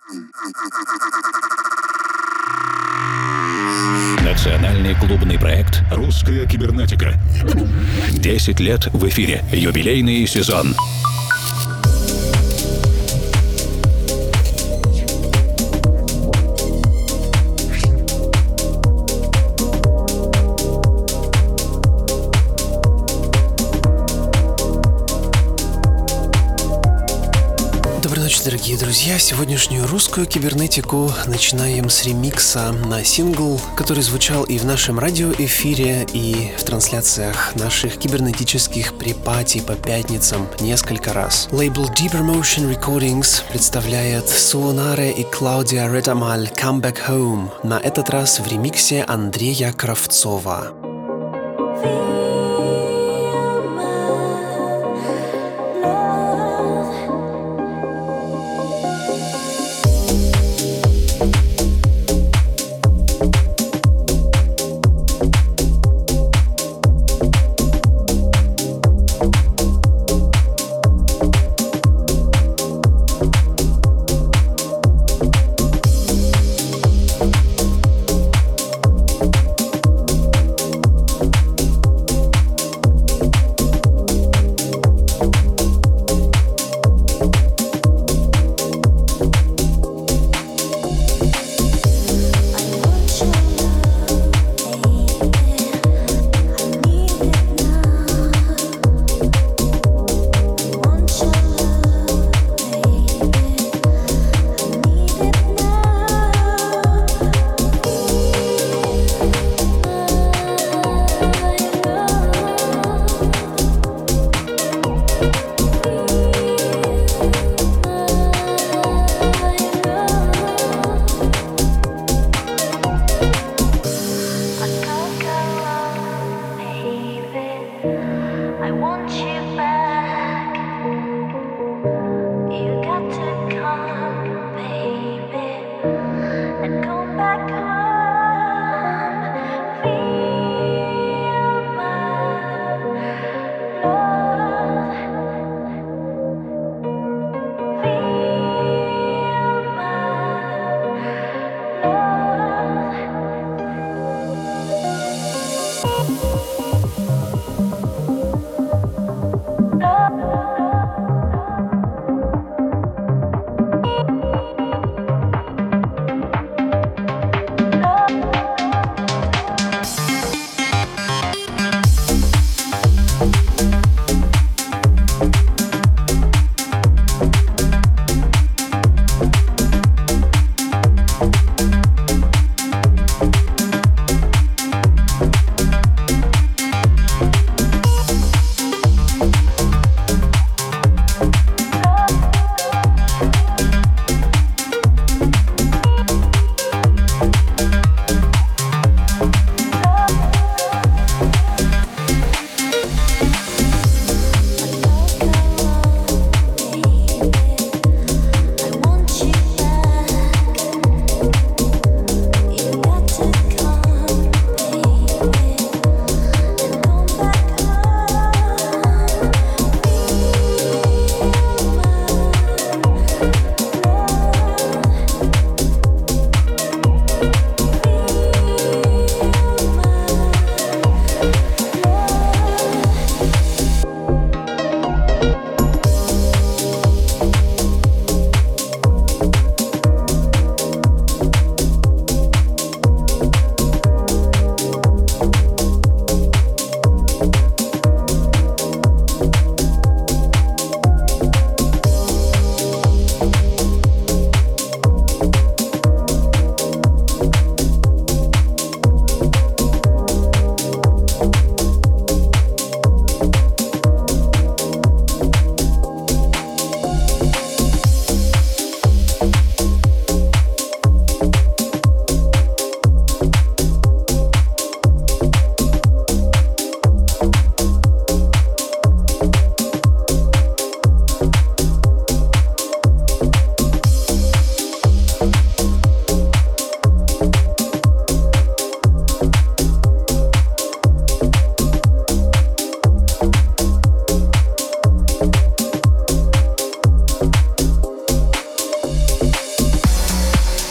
Национальный клубный проект «Русская кибернетика». 10 лет в эфире. Юбилейный сезон. Дорогие друзья, сегодняшнюю русскую кибернетику начинаем с ремикса на сингл, который звучал и в нашем радиоэфире, и в трансляциях наших кибернетических припати по пятницам несколько раз. Лейбл Deeper Motion Recordings представляет Суонаре и Клаудия Ретамаль «Come Back Home», на этот раз в ремиксе Андрея Кравцова.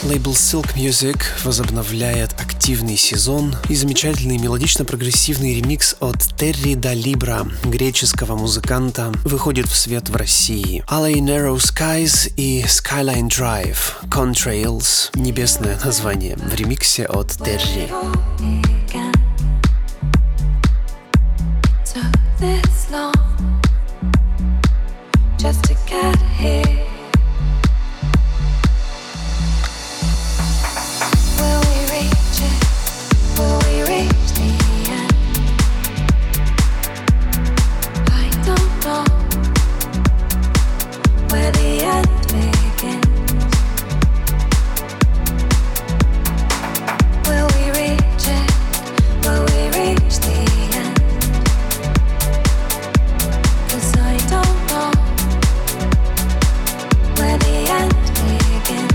Лейбл Silk Music возобновляет активный сезон, и замечательный мелодично-прогрессивный ремикс от Terry da Libra, греческого музыканта, выходит в свет в России. LA Narrow Skies и Skyline Drive, Contrails, небесное название, в ремиксе от Terry. Just to get here. Will we reach it? Will we reach the end? I don't know where the end begins. Will we reach it? Will we reach the end? 'Cause I don't know where the end begins.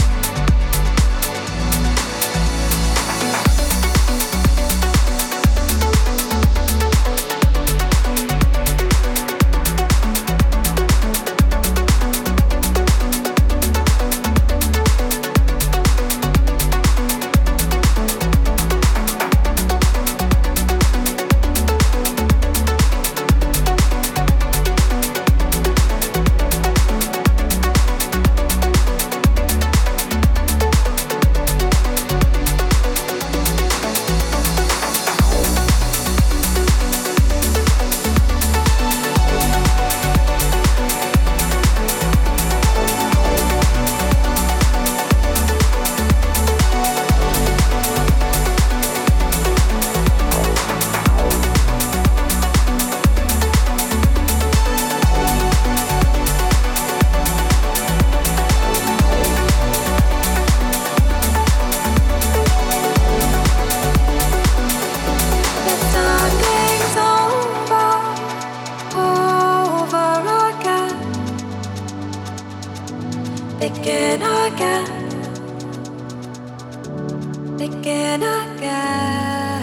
Begin again. Begin again.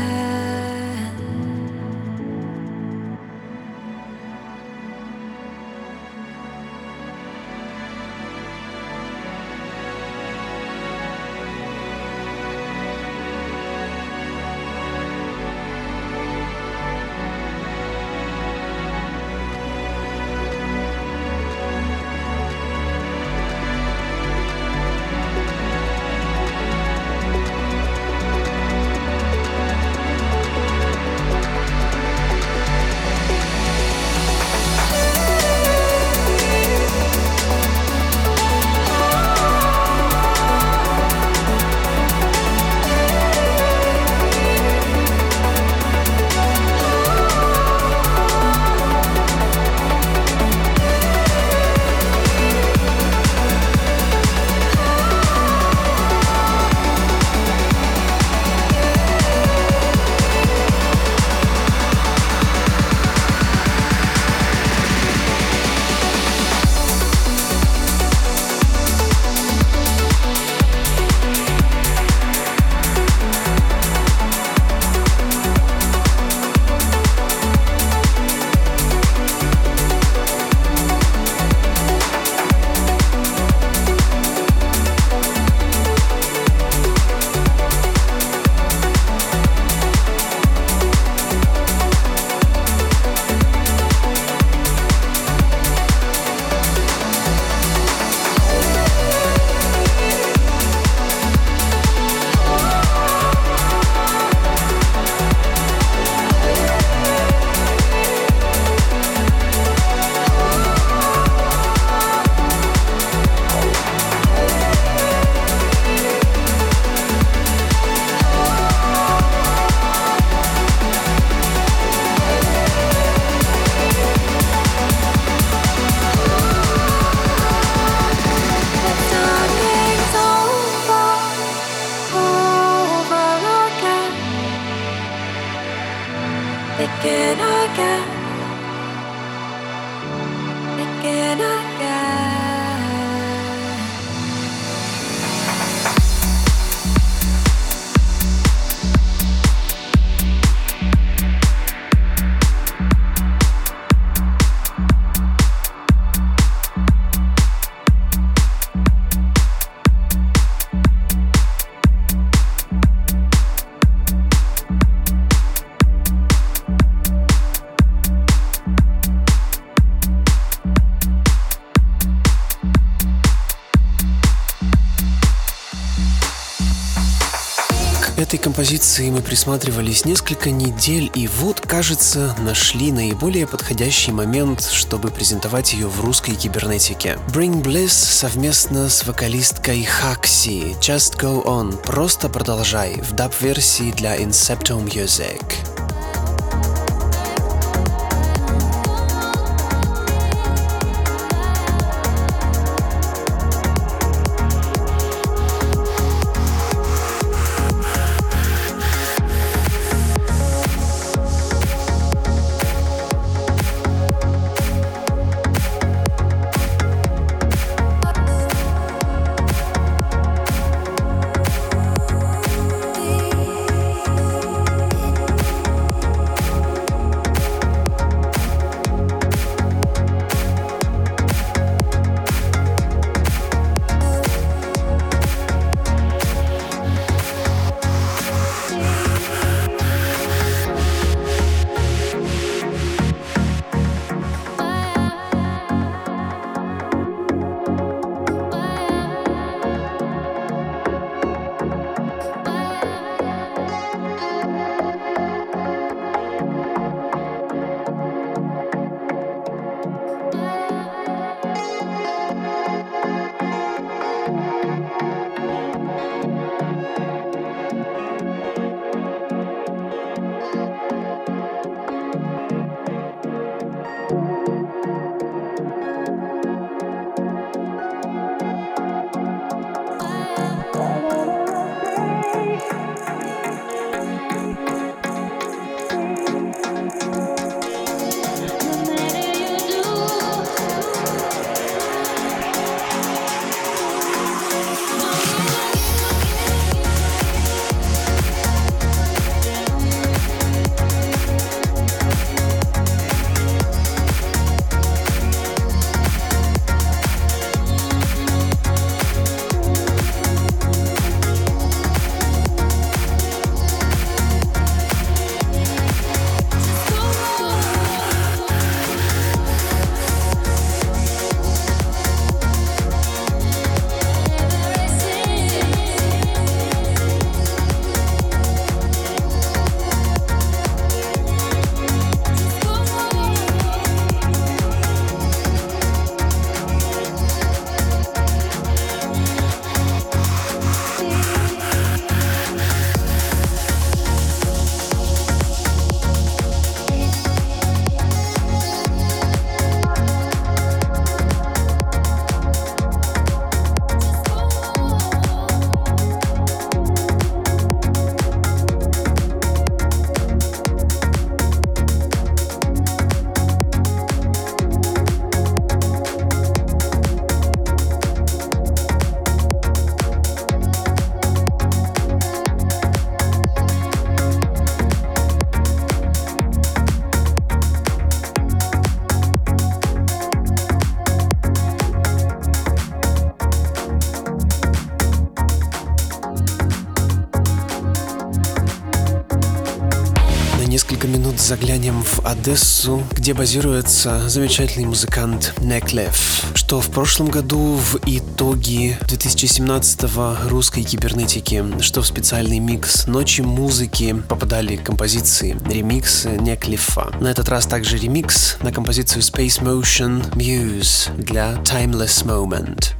Begin again. Begin again. Этой композиции мы присматривались несколько недель, и вот, кажется, нашли наиболее подходящий момент, чтобы презентовать ее в русской кибернетике. Bring Bliss совместно с вокалисткой Хакси. Just Go On, просто продолжай, в даб-версии для Incepto Music. несколько минут заглянем в Одессу, где базируется замечательный музыкант Неклев, что в прошлом году в итоге 2017-го русской кибернетики, что в специальный микс «Ночи музыки» попадали композиции, ремикс Неклефа. На этот раз также ремикс на композицию Space Motion Muse для Timeless Moment.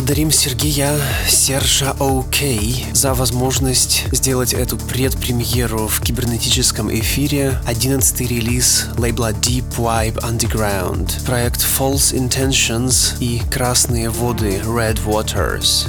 благодарим Сержа О'Кей за возможность сделать эту предпремьеру в кибернетическом эфире. 11-й релиз лейбла Deep Vibe Underground, проект False Intentions и Красные воды Red Waters.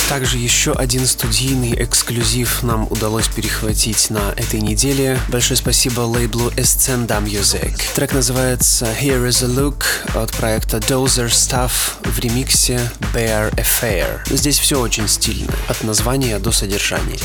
Также еще один студийный эксклюзив нам удалось перехватить на этой неделе. Большое спасибо лейблу Escenda Music. Трек называется Here is a Look от проекта Dozer Stuff в ремиксе Bear Affair. Здесь все очень стильно, от названия до содержания.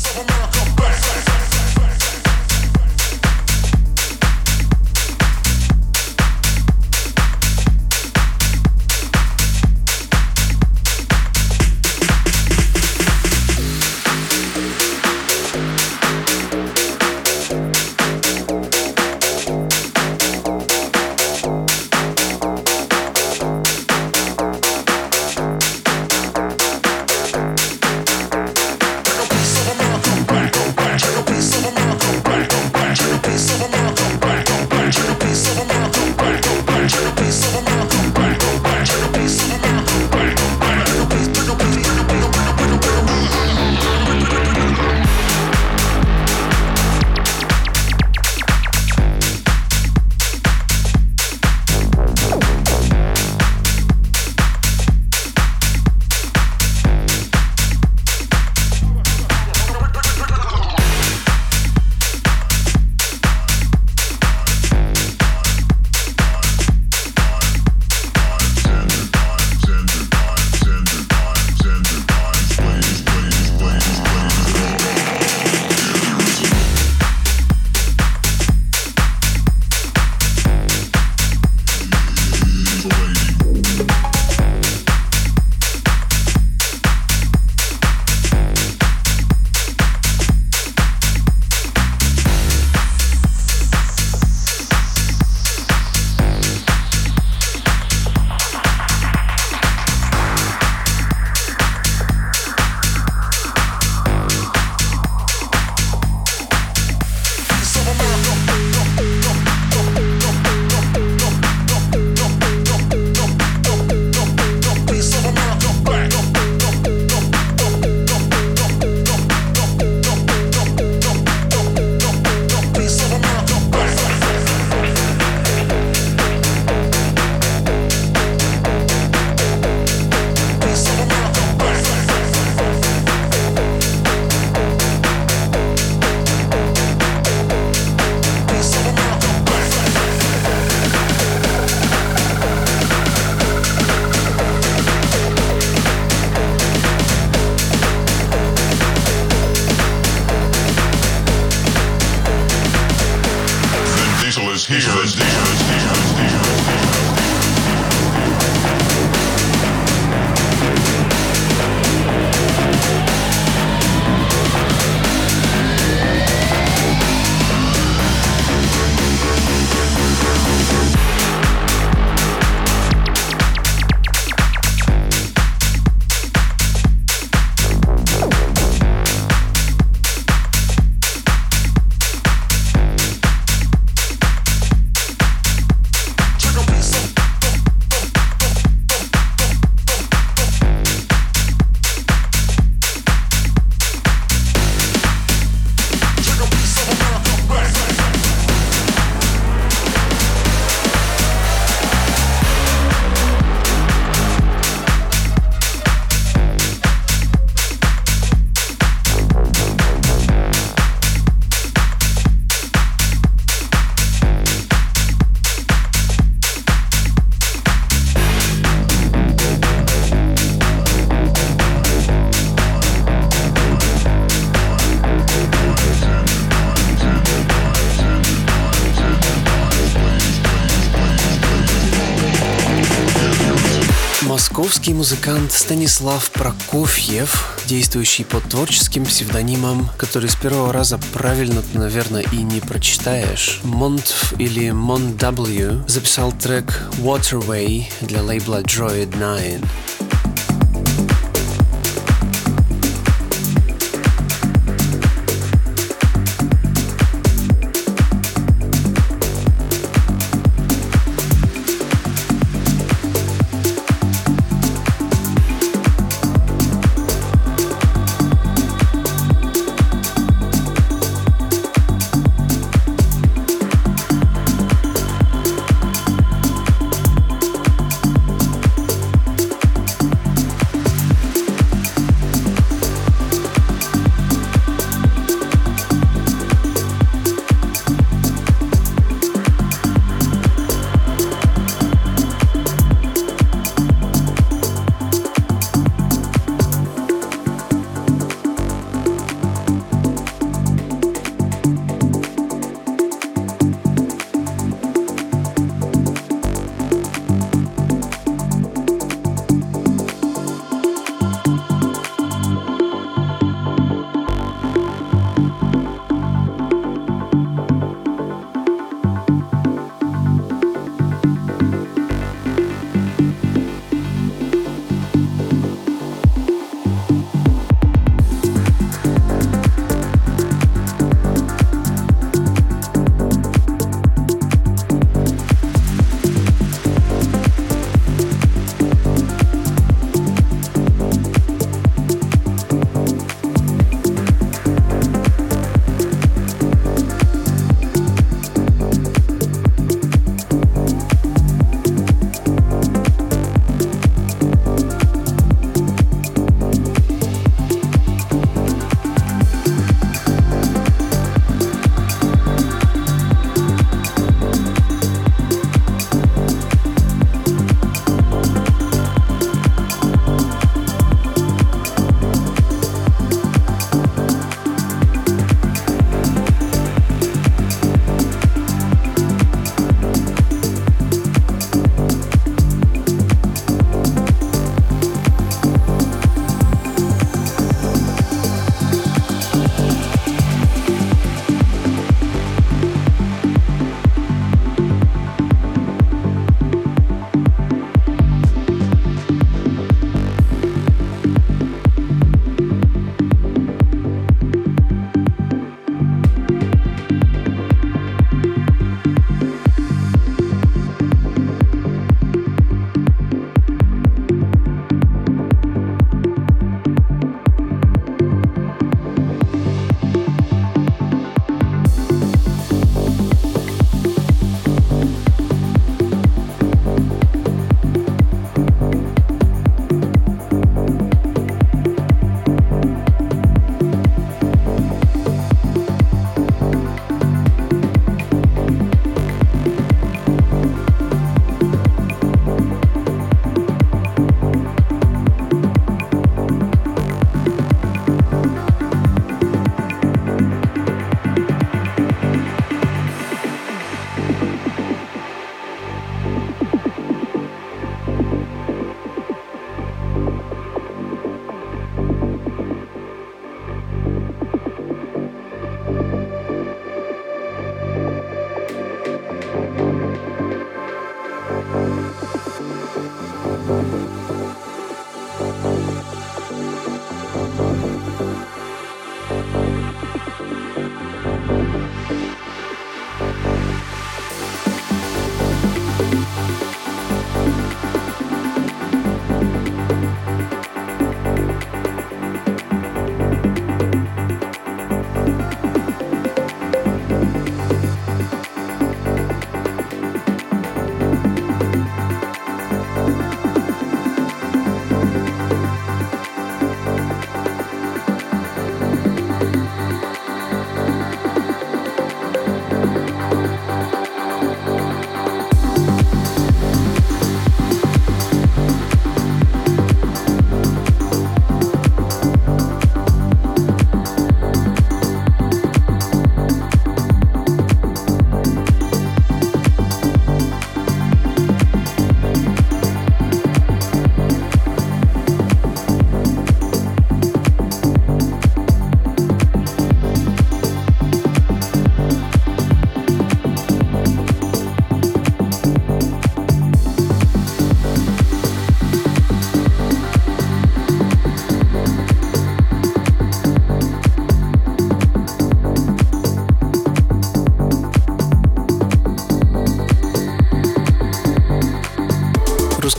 Московский музыкант Станислав Прокофьев, действующий под творческим псевдонимом, который с первого раза правильно, наверное, и не прочитаешь, Month или Mon W, записал трек Waterway для лейбла Droid 9.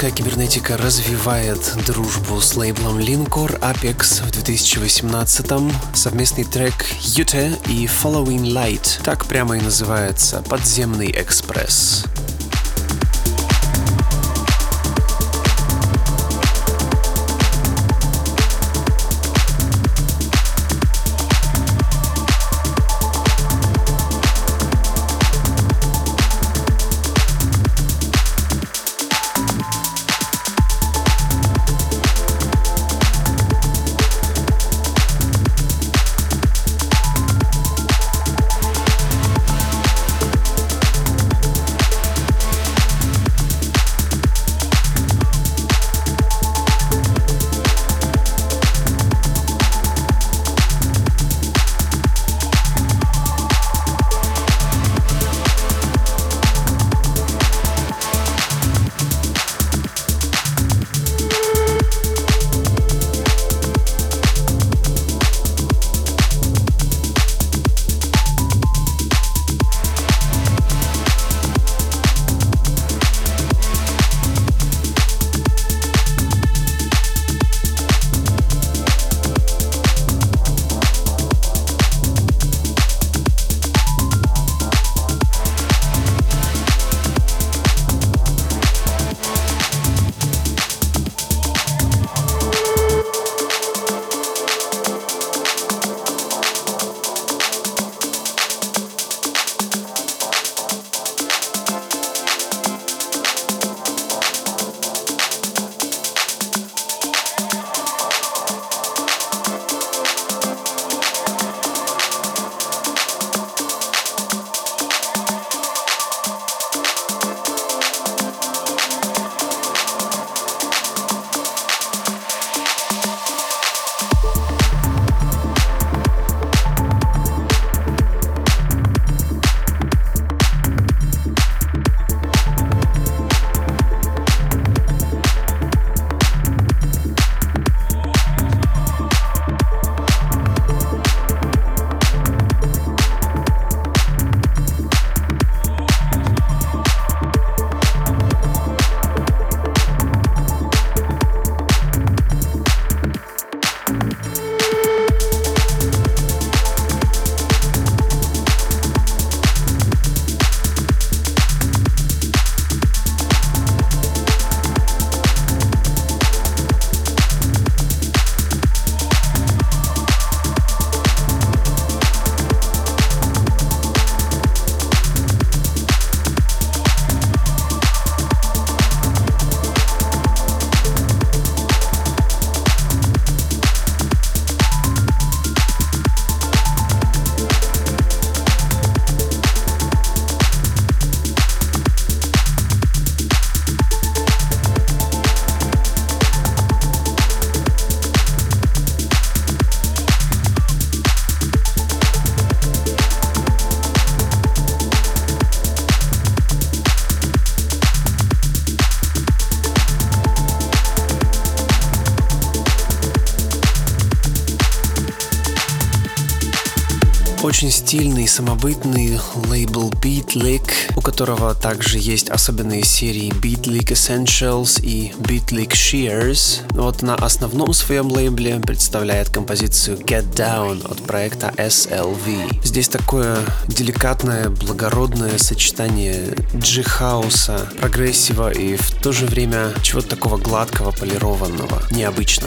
русская кибернетика развивает дружбу с лейблом Linkor Apex в 2018-м. Совместный трек Ute и Following Light. Так прямо и называется «Подземный экспресс». Очень стильный, самобытный лейбл Beatlick, у которого также есть особенные серии Beatlick Essentials и Beatlick Shears. Вот на основном своем лейбле представляет композицию Get Down от проекта SLV. Здесь такое деликатное, благородное сочетание джи-хауса, прогрессива и в то же время чего-то такого гладкого, полированного. Необычно.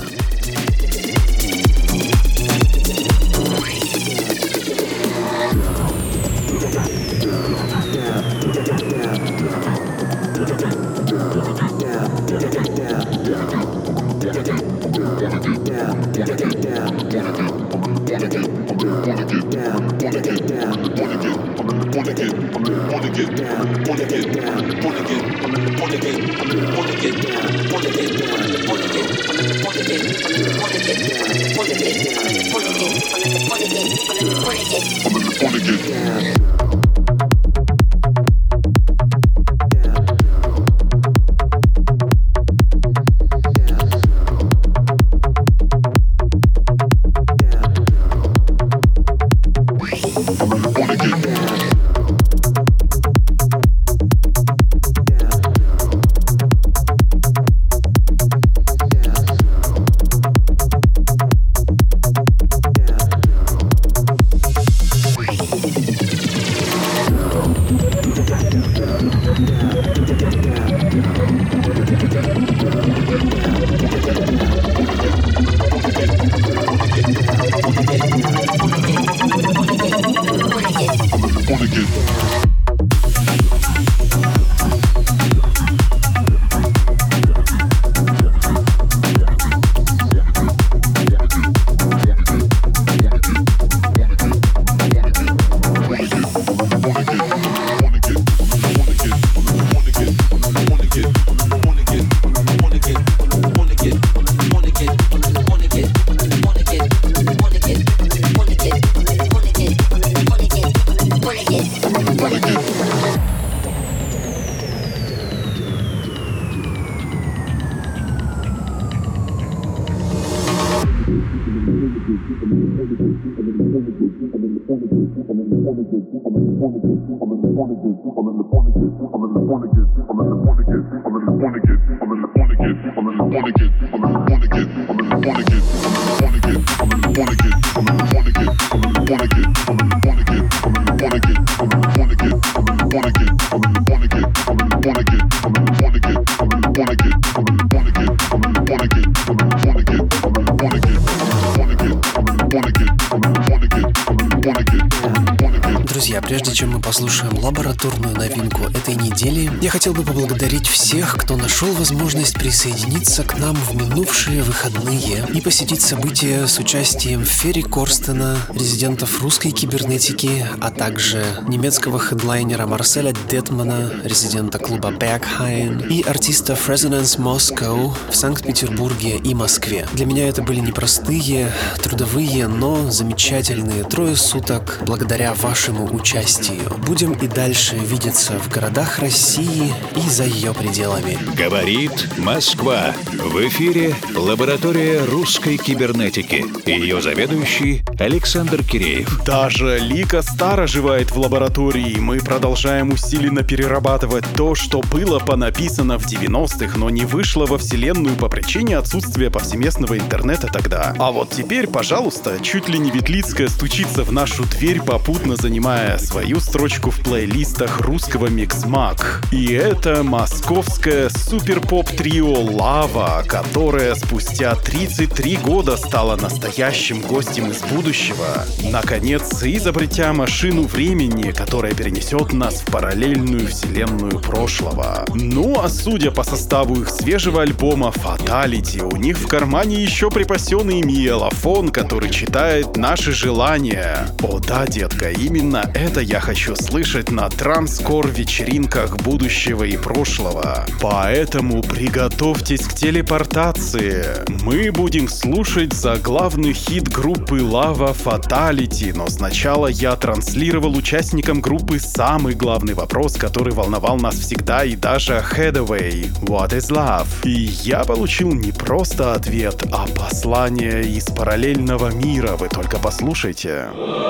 Друзья, прежде чем мы послушаем лабораторную новинку этой недели, я хотел бы поблагодарить всех, кто нашел возможность присоединиться к нам в минувшие выходные и посетить события с участием Ферри Корстена, резидентов русской кибернетики, а также немецкого хедлайнера Марселя Детмана, резидента клуба Berghain, и артистов Resonance Moscow в Санкт-Петербурге и Москве. Для меня это были непростые, трудовые, но замечательные 3 суток благодаря вашему участию. Будем и дальше видеться в городах России и за ее пределами. Говорит Москва. В эфире лаборатория русской кибернетики. Ее заведующий Александр Киреев. Даже Лика Стар оживает в лаборатории. Мы продолжаем усиленно перерабатывать то, что было понаписано в 90-х, но не вышло во вселенную по причине отсутствия повсеместного интернета тогда. А вот теперь, пожалуйста, чуть ли не Ветлицкая стучится в нашу дверь, попутно занимая свою строчку в плейлистах русского микс-маг. И это московское супер-поп-трио «Лава», которое спустя 33 года стало настоящим гостем из будущего, наконец изобретя машину времени, которая перенесет нас в параллельную вселенную прошлого. Ну а судя по составу их свежего альбома «Fatality», у них в кармане еще припасенный миелофон, который читает наши желания. О да, детка, именно это я хочу слышать на транскор-вечеринках будущего и прошлого. Поэтому приготовьтесь к телепортации. Мы будем слушать заглавный хит группы Lava Fatality, но сначала я транслировал участникам группы самый главный вопрос, который волновал нас всегда и даже Hathaway: What is love? И я получил не просто ответ, а послание из параллельного мира. Вы только послушайте.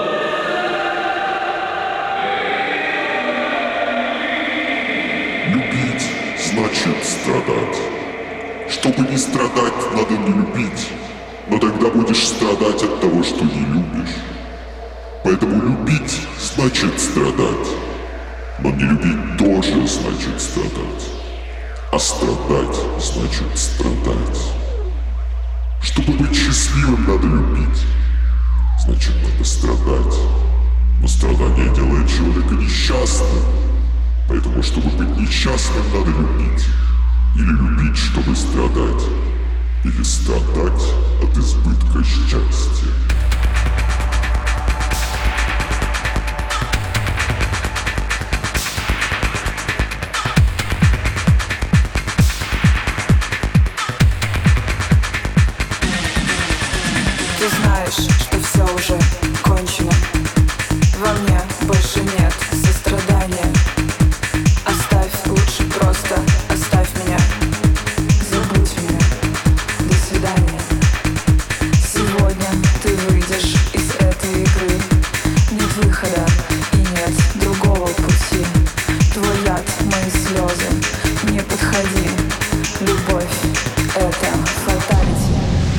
Любить значит страдать. Чтобы не страдать, надо не любить. Но тогда будешь страдать от того, что не любишь. Поэтому любить значит страдать. Но не любить тоже значит страдать. А страдать значит страдать. Чтобы быть счастливым, надо любить. Значит, надо страдать. Но страдание делает человека несчастным. Поэтому, чтобы быть несчастным, надо любить. Или любить, чтобы страдать. Или страдать от избытка счастья. Ты знаешь, что все уже кончено. Во мне больше нет сострадания. Оставь лучше, просто оставь меня. Забудь меня, до свидания. Сегодня ты выйдешь из этой игры. Нет выхода и нет другого пути. Твой яд, мои слезы, не подходи. Любовь — это fatality.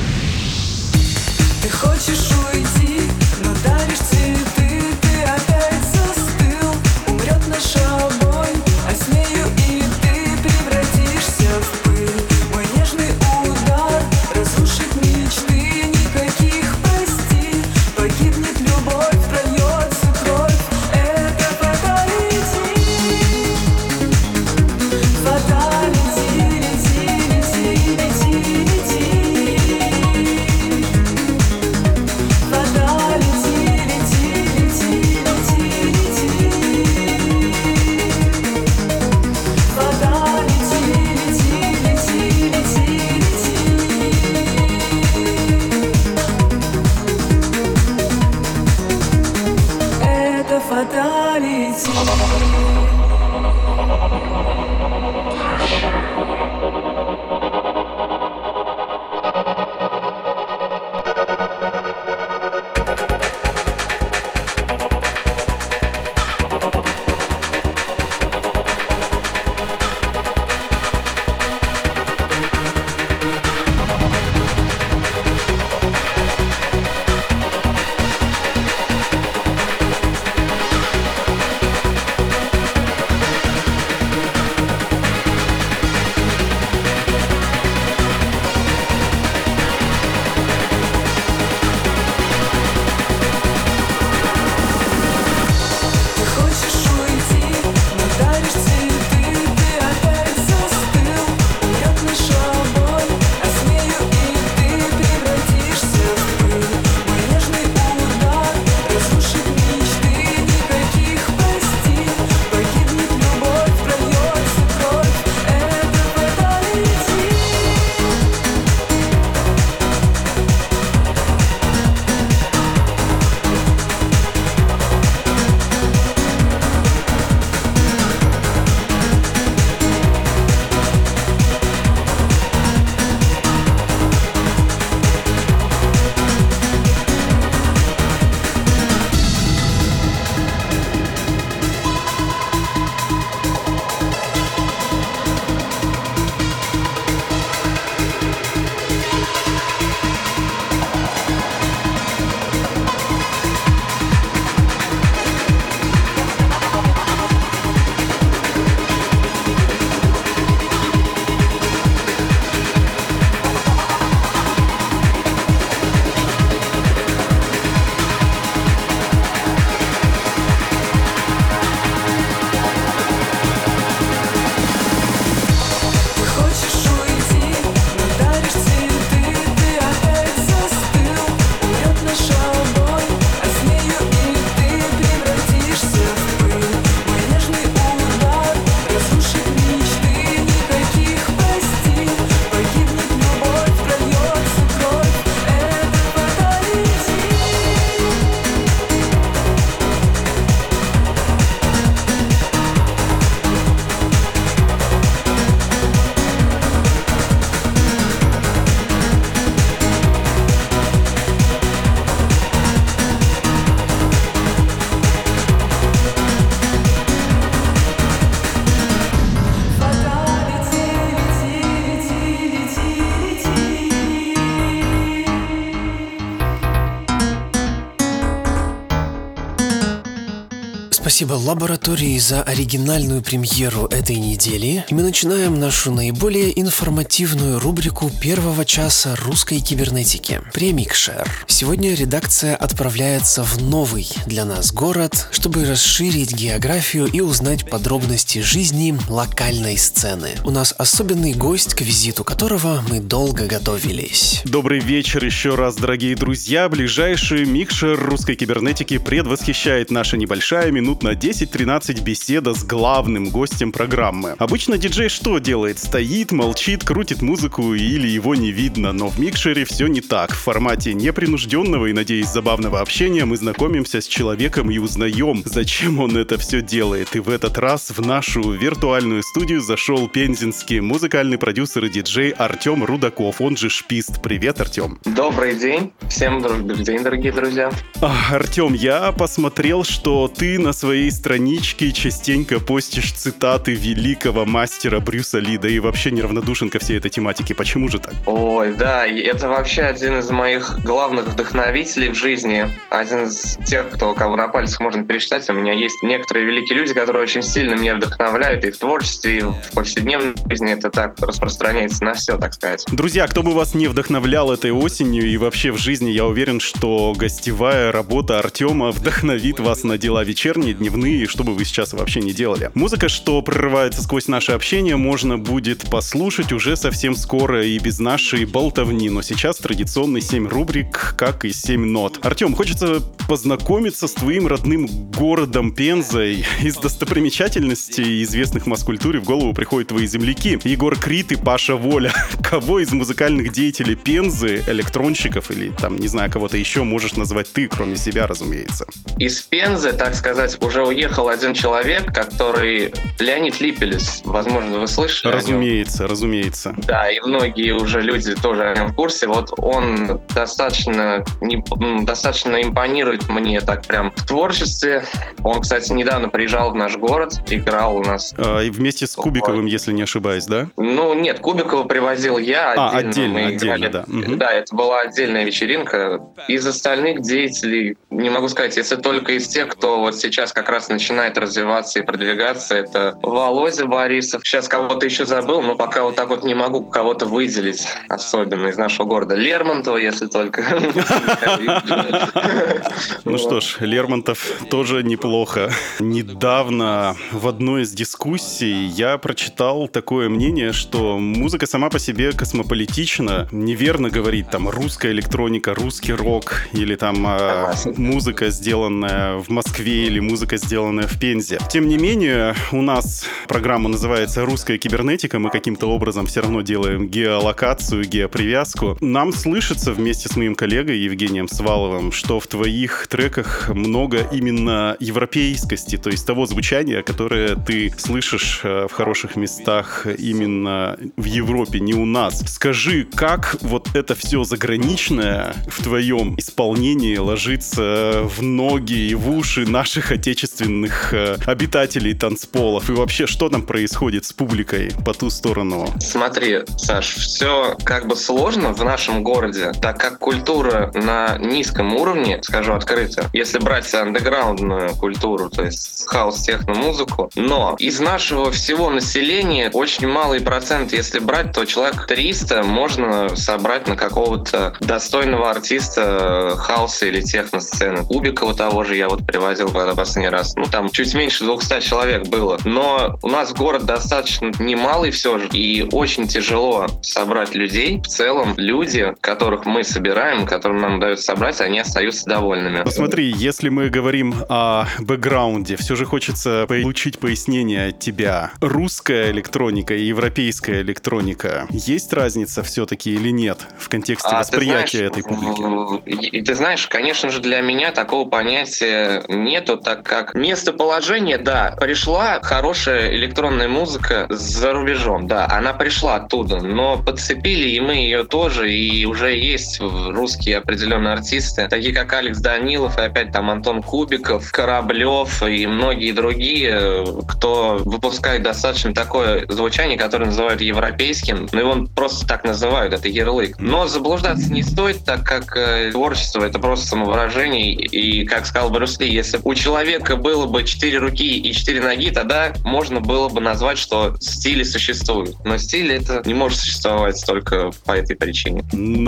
Ты хочешь уйти, но даришь цветы. Ты опять застыл, умрет наш обои. А смею и ты превратишься в пыль. Мой нежный удар разрушит мечты. Никаких прости, погибнет любовь, прольется кровь. Это fatality. Fatality, лети, лети, лети, лети. Спасибо лаборатории за оригинальную премьеру этой недели. И мы начинаем нашу наиболее информативную рубрику первого часа русской кибернетики – Премикшер. Сегодня редакция отправляется в новый для нас город, чтобы расширить географию и узнать подробности жизни локальной сцены. У нас особенный гость, к визиту которого мы долго готовились. Добрый вечер еще раз, дорогие друзья. Ближайший микшер русской кибернетики предвосхищает наша небольшая минут на 10-13 беседа с главным гостем программы. Обычно диджей что делает? Стоит, молчит, крутит музыку или его не видно, но в микшере все не так. В формате непринужденного и, надеюсь, забавного общения мы знакомимся с человеком и узнаем, зачем он это все делает. И в этот раз в нашу виртуальную студию зашел пензенский музыкальный продюсер и диджей Артем Рудаков, он же Шпист. Привет, Артем. Добрый день. Всем добрый день, дорогие друзья. Артем, я посмотрел, что ты на своей страничке частенько постишь цитаты великого мастера Брюса Ли, да и вообще неравнодушен ко всей этой тематике. Почему же так? Ой, да, это вообще один из моих главных вдохновителей в жизни. Один из тех, кого на пальцах можно пересчитать. У меня есть некоторые великие люди, которые очень сильно меня вдохновляют и в творчестве, и в повседневной жизни. Это так распространяется на все, так сказать. Друзья, кто бы вас не вдохновлял этой осенью и вообще в жизни, я уверен, что гостевая работа Артема вдохновит вас на дела вечерние, дневные, что бы вы сейчас вообще не делали. Музыка, что прорывается сквозь наше общение, можно будет послушать уже совсем скоро и без нашей болтовни. Но сейчас традиционный 7 рубрик, как и 7 нот. Артем, хочется познакомиться с твоим родным городом Пензой. Из достопримечательностей, известных в масс-культуре, в голову приходят твои земляки. Егор Крид и Паша Воля. Кого из музыкальных деятелей Пензы, электронщиков или там, не знаю, кого-то еще можешь назвать ты, кроме себя, разумеется? Из Пензы, так сказать, уже уехал один человек, который Леонид Липелес. Возможно, вы слышали о нем? Разумеется. Да, и многие уже люди тоже о нем в курсе. Вот он достаточно импонирует мне так прям в творчестве. Он, кстати, недавно приезжал в наш город, играл у нас. И вместе с Кубиковым, если не ошибаюсь, да? Ну, нет, Кубикова привозил я. Отдельно, да. Да, это была отдельная вечеринка. Из остальных деятелей, не могу сказать, если только из тех, кто вот сейчас как раз начинает развиваться и продвигаться, это Володя Борисов. Сейчас кого-то еще забыл, но пока вот так вот не могу кого-то выделить, особенно из нашего города. Лермонтова, если только. Ну что ж, Лермонтов тоже неплохо. Недавно в одной из дискуссий я прочитал такое мнение, что музыка сама по себе космополитична. Неверно говорить там русская электроника, русский рок или там музыка, сделанная в Москве или музыка, сделанная в Пензе. Тем не менее, у нас программа называется «Русская кибернетика». Мы каким-то образом все равно делаем геолокацию, геопривязку. Нам слышится вместе с моим коллегой Евгением Сваловым, что в твоих треках много именно европейскости, то есть того звучания, которое ты слышишь в хороших местах именно в Европе, не у нас. Скажи, как вот это все заграничное в твоем исполнении ложится в ноги и в уши наших отечественных обитателей танцполов? И вообще, что там происходит с публикой по ту сторону? Смотри, Саш, все как бы сложно в нашем городе, так как культура на низком уровне, скажу открыто, если брать андеграундную культуру, то есть хаус-техно-музыку, но из нашего всего населения очень малый процент, если брать, то человек 300 можно собрать на какого-то достойного артиста хауса или техно-сцены. Кубикова того же я вот привозил когда последний раз. Ну, там чуть меньше 200 человек было. Но у нас город достаточно немалый все же, и очень тяжело собрать людей. В целом, люди, которых мы собираем, которым нам удается собрать, они остаются довольными. Посмотри, если мы говорим о бэкграунде, все же хочется получить пояснение от тебя. Русская электроника и европейская электроника, есть разница все-таки или нет в контексте восприятия этой публики? Ты знаешь, конечно же, для меня такого понятия нету, так как местоположение, да, пришла хорошая электронная музыка за рубежом, да, она пришла оттуда, но подцепили и мы ее тоже, и уже есть русские определенные артисты, такие как Алекс Данилов, и опять там Антон Кубиков, Кораблев и многие другие, кто выпускает достаточно такое звучание, которое называют европейским, но его просто так называют, это ярлык. Но заблуждаться не стоит, так как творчество — это просто самовыражение, и, как сказал Брюс Ли, если у человека человека было бы 4 руки и 4 ноги, тогда можно было бы назвать, что стили существуют. Но стиль это не может существовать только по этой причине.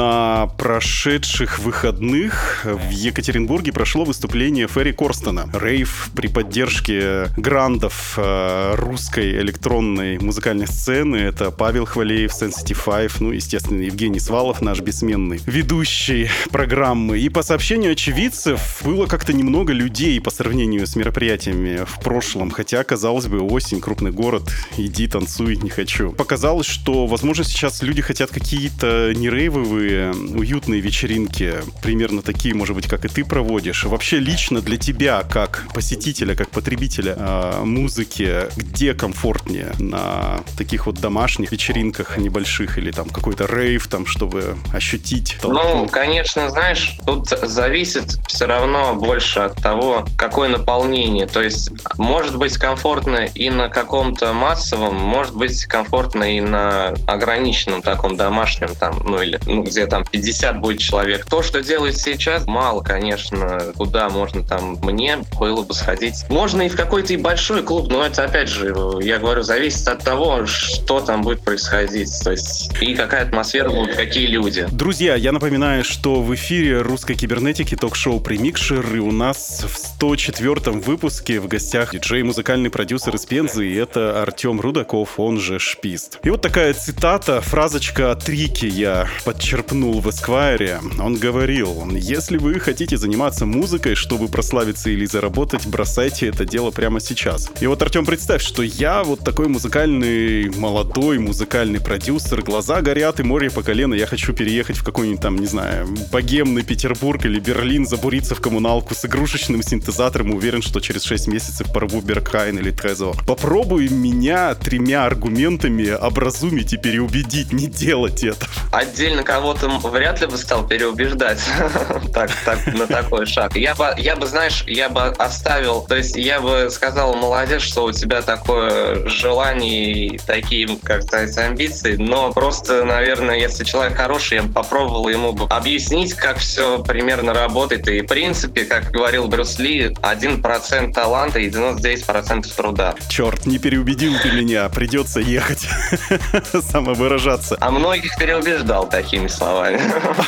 На прошедших выходных в Екатеринбурге прошло выступление Ферри Корстона. Рейв при поддержке грандов русской электронной музыкальной сцены. Это Павел Хвалеев, Sensitive Five, ну, естественно, Евгений Свалов, наш бессменный ведущий программы. И по сообщению очевидцев, было как-то немного людей по сравнению с мероприятиями в прошлом. Хотя, казалось бы, осень, крупный город, иди, танцуй, не хочу. Показалось, что, возможно, сейчас люди хотят какие-то не рейвовые, уютные вечеринки, примерно такие, может быть, как и ты проводишь. Вообще, лично для тебя, как посетителя, как потребителя музыки, где комфортнее? На таких вот домашних вечеринках небольших или там какой-то рейв, там, чтобы ощутить толпу? Ну, конечно, знаешь, тут зависит все равно больше от того, какое наполнение. То есть, может быть комфортно и на каком-то массовом, может быть комфортно и на ограниченном таком домашнем, там, ну или где там 50 будет человек. То, что делают сейчас, мало, конечно, куда можно там мне было бы сходить. Можно и в какой-то и большой клуб, но это, опять же, я говорю, зависит от того, что там будет происходить. То есть, и какая атмосфера будет, какие люди. Друзья, я напоминаю, что в эфире русской кибернетики ток-шоу «Премикшер», и у нас в 104-м выпуске в гостях диджей, музыкальный продюсер из Пензы, и это Артем Рудаков, он же Шпист. И вот такая цитата, фразочка от Рики я подчерпнул в Эсквайре. Он говорил: если вы хотите заниматься музыкой, чтобы прославиться или заработать, бросайте это дело прямо сейчас. И вот, Артем, представь, что я вот такой музыкальный, молодой музыкальный продюсер, глаза горят и море по колено, я хочу переехать в какой-нибудь там, не знаю, богемный Петербург или Берлин, забуриться в коммуналку с игрушечным синтезатором, уверен, что через 6 месяцев порву Бергхайн или Трезор. Попробуй меня 3 аргументами образумить и переубедить не делать это. Отдельно кого-то вряд ли бы стал переубеждать на такой шаг. Я бы, знаешь, я бы оставил, то есть я бы сказал: молодец, что у тебя такое желание и такие, как сказать, амбиции, но просто, наверное, если человек хороший, я бы попробовал ему бы объяснить, как все примерно работает. И, в принципе, как говорил Брюс Ли, 1% таланта и 99% труда. Черт, не переубедил ты меня, придется ехать самовыражаться. А многих переубеждал такими словами.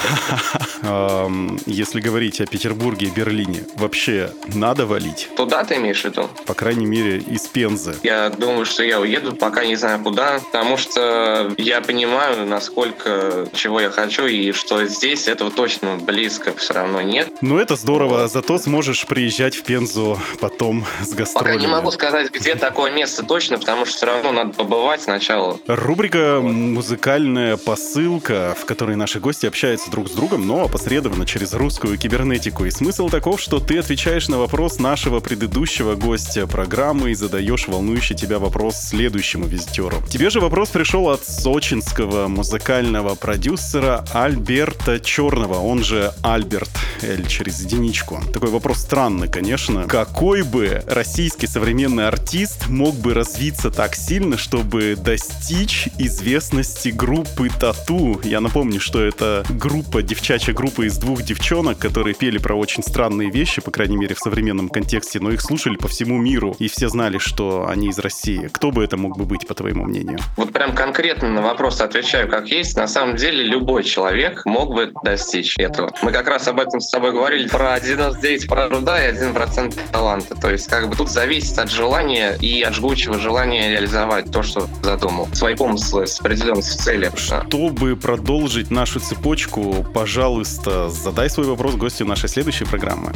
Если говорить о Петербурге и Берлине, вообще надо валить? Туда ты имеешь в виду? По крайней мере, из Пензы. Я думаю, что я уеду, пока не знаю куда, потому что я понимаю, насколько чего я хочу, и что здесь этого точно близко все равно нет. Ну, это здорово, зато сможешь приезжать в Пензу потом с гастролями. Пока не могу сказать, где такое место точно, потому что все равно надо побывать сначала. Рубрика «Музыкальная посылка», в которой наши гости общаются друг с другом, но опосредованно через русскую кибернетику. И смысл таков, что ты отвечаешь на вопрос нашего предыдущего гостя программы и задаешь волнующий тебя вопрос следующему визитеру. Тебе же вопрос пришел от сочинского музыкального продюсера Альберта Черного, он же Альберт, L через единичку. Такой вопрос странный, конечно. Какой бы российский современный артист мог бы развиться так сильно, чтобы достичь известности группы Тату? Я напомню, что это группа, девчачья группа из 2 девчонок, которые пели про очень странные вещи, по крайней мере в современном контексте, но их слушали по всему миру, и все знали, что они из России. Кто бы это мог бы быть, по твоему мнению? Вот прям конкретно на вопрос отвечаю как есть. На самом деле любой человек мог бы достичь этого. Мы как раз об этом с тобой говорили, про 99% труда и 1% таланта. То есть как бы тут зависит от желания и от жгучего желания реализовать то, что задумал. Свои помыслы с определенной целью. Чтобы продолжить нашу цепочку, пожалуйста, задай свой вопрос гостю нашей следующей программы.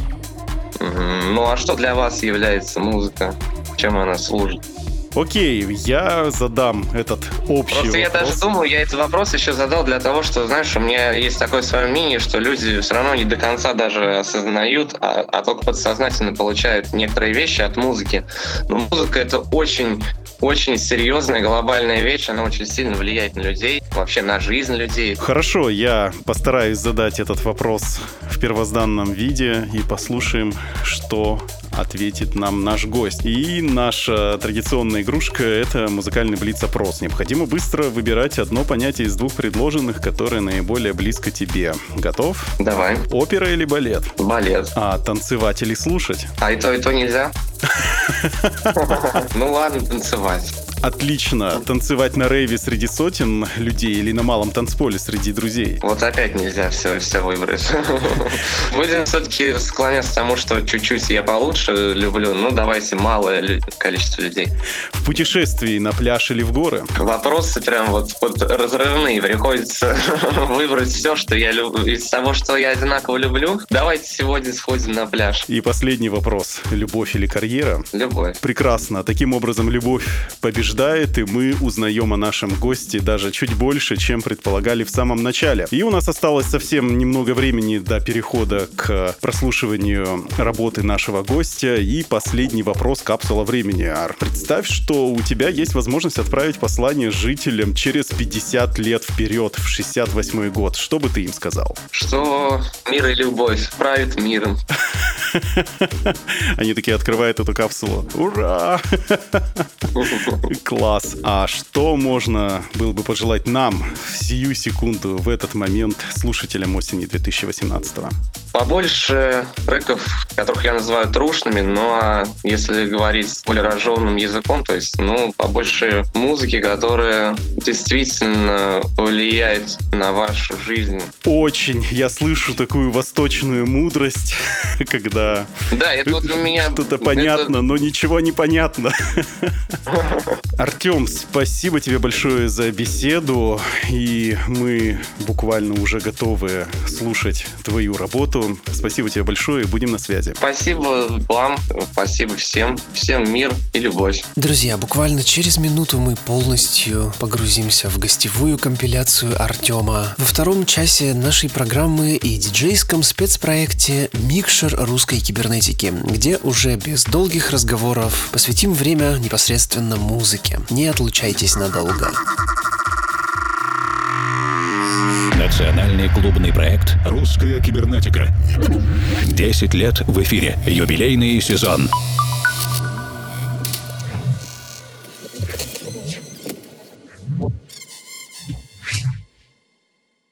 Ну а что для вас является музыка? Чем она служит? Окей, я задам этот общий Просто вопрос. я даже думаю, я этот вопрос еще задал для того, что, знаешь, у меня есть такое свое мнение, что люди все равно не до конца даже осознают, а только подсознательно получают некоторые вещи от музыки. Но музыка — это очень серьезная глобальная вещь, она очень сильно влияет на людей, вообще на жизнь людей. Хорошо, я постараюсь задать этот вопрос в первозданном виде и послушаем, что ответит нам наш гость. И наша традиционная игрушка — это музыкальный блиц-опрос. Необходимо быстро выбирать одно понятие из двух предложенных, которое наиболее близко тебе. Готов? Давай. Опера или балет? Балет. А танцевать или слушать? А и то нельзя? Ну ладно, танцевать. Отлично. Танцевать на рейве среди сотен людей или на малом танцполе среди друзей? Вот опять нельзя все выбрать. Будем все-таки склоняться к тому, что чуть-чуть я получше люблю. Ну, давайте малое количество людей. В путешествии на пляж или в горы? Вопросы прям вот разрывные. Приходится выбрать все, что я люблю. Из того, что я одинаково люблю, давайте сегодня сходим на пляж. И последний вопрос. Любовь или карьера? Любовь. Прекрасно. Таким образом, любовь побеждает, и мы узнаем о нашем госте даже чуть больше, чем предполагали в самом начале. И у нас осталось совсем немного времени до перехода к прослушиванию работы нашего гостя. И последний вопрос — капсула времени. Ар, представь, что у тебя есть возможность отправить послание жителям через 50 лет вперед, в 68-й год. Что бы ты им сказал? Что мир и любовь правит миром. Они такие открывают эту капсулу. Ура! Класс. А что можно было бы пожелать нам в сию секунду, в этот момент, слушателям осени 2018-го? Побольше треков, которых я называю трушными, но если говорить более разжеванным языком, то есть, побольше музыки, которая действительно влияет на вашу жизнь. Очень. Я слышу такую восточную мудрость, когда да, это вот у меня что-то понятно, но ничего не понятно. Артем, спасибо тебе большое за беседу, и мы буквально уже готовы слушать твою работу. Спасибо тебе большое, будем на связи. Спасибо вам, спасибо всем. Всем мир и любовь. Друзья, буквально через минуту мы полностью погрузимся в гостевую компиляцию Артема во втором часе нашей программы и диджейском спецпроекте «Микшер русской кибернетики», где уже без долгих разговоров посвятим время непосредственно музыке. Не отлучайтесь надолго. Национальный клубный проект «Русская кибернетика». 10 лет в эфире. Юбилейный сезон.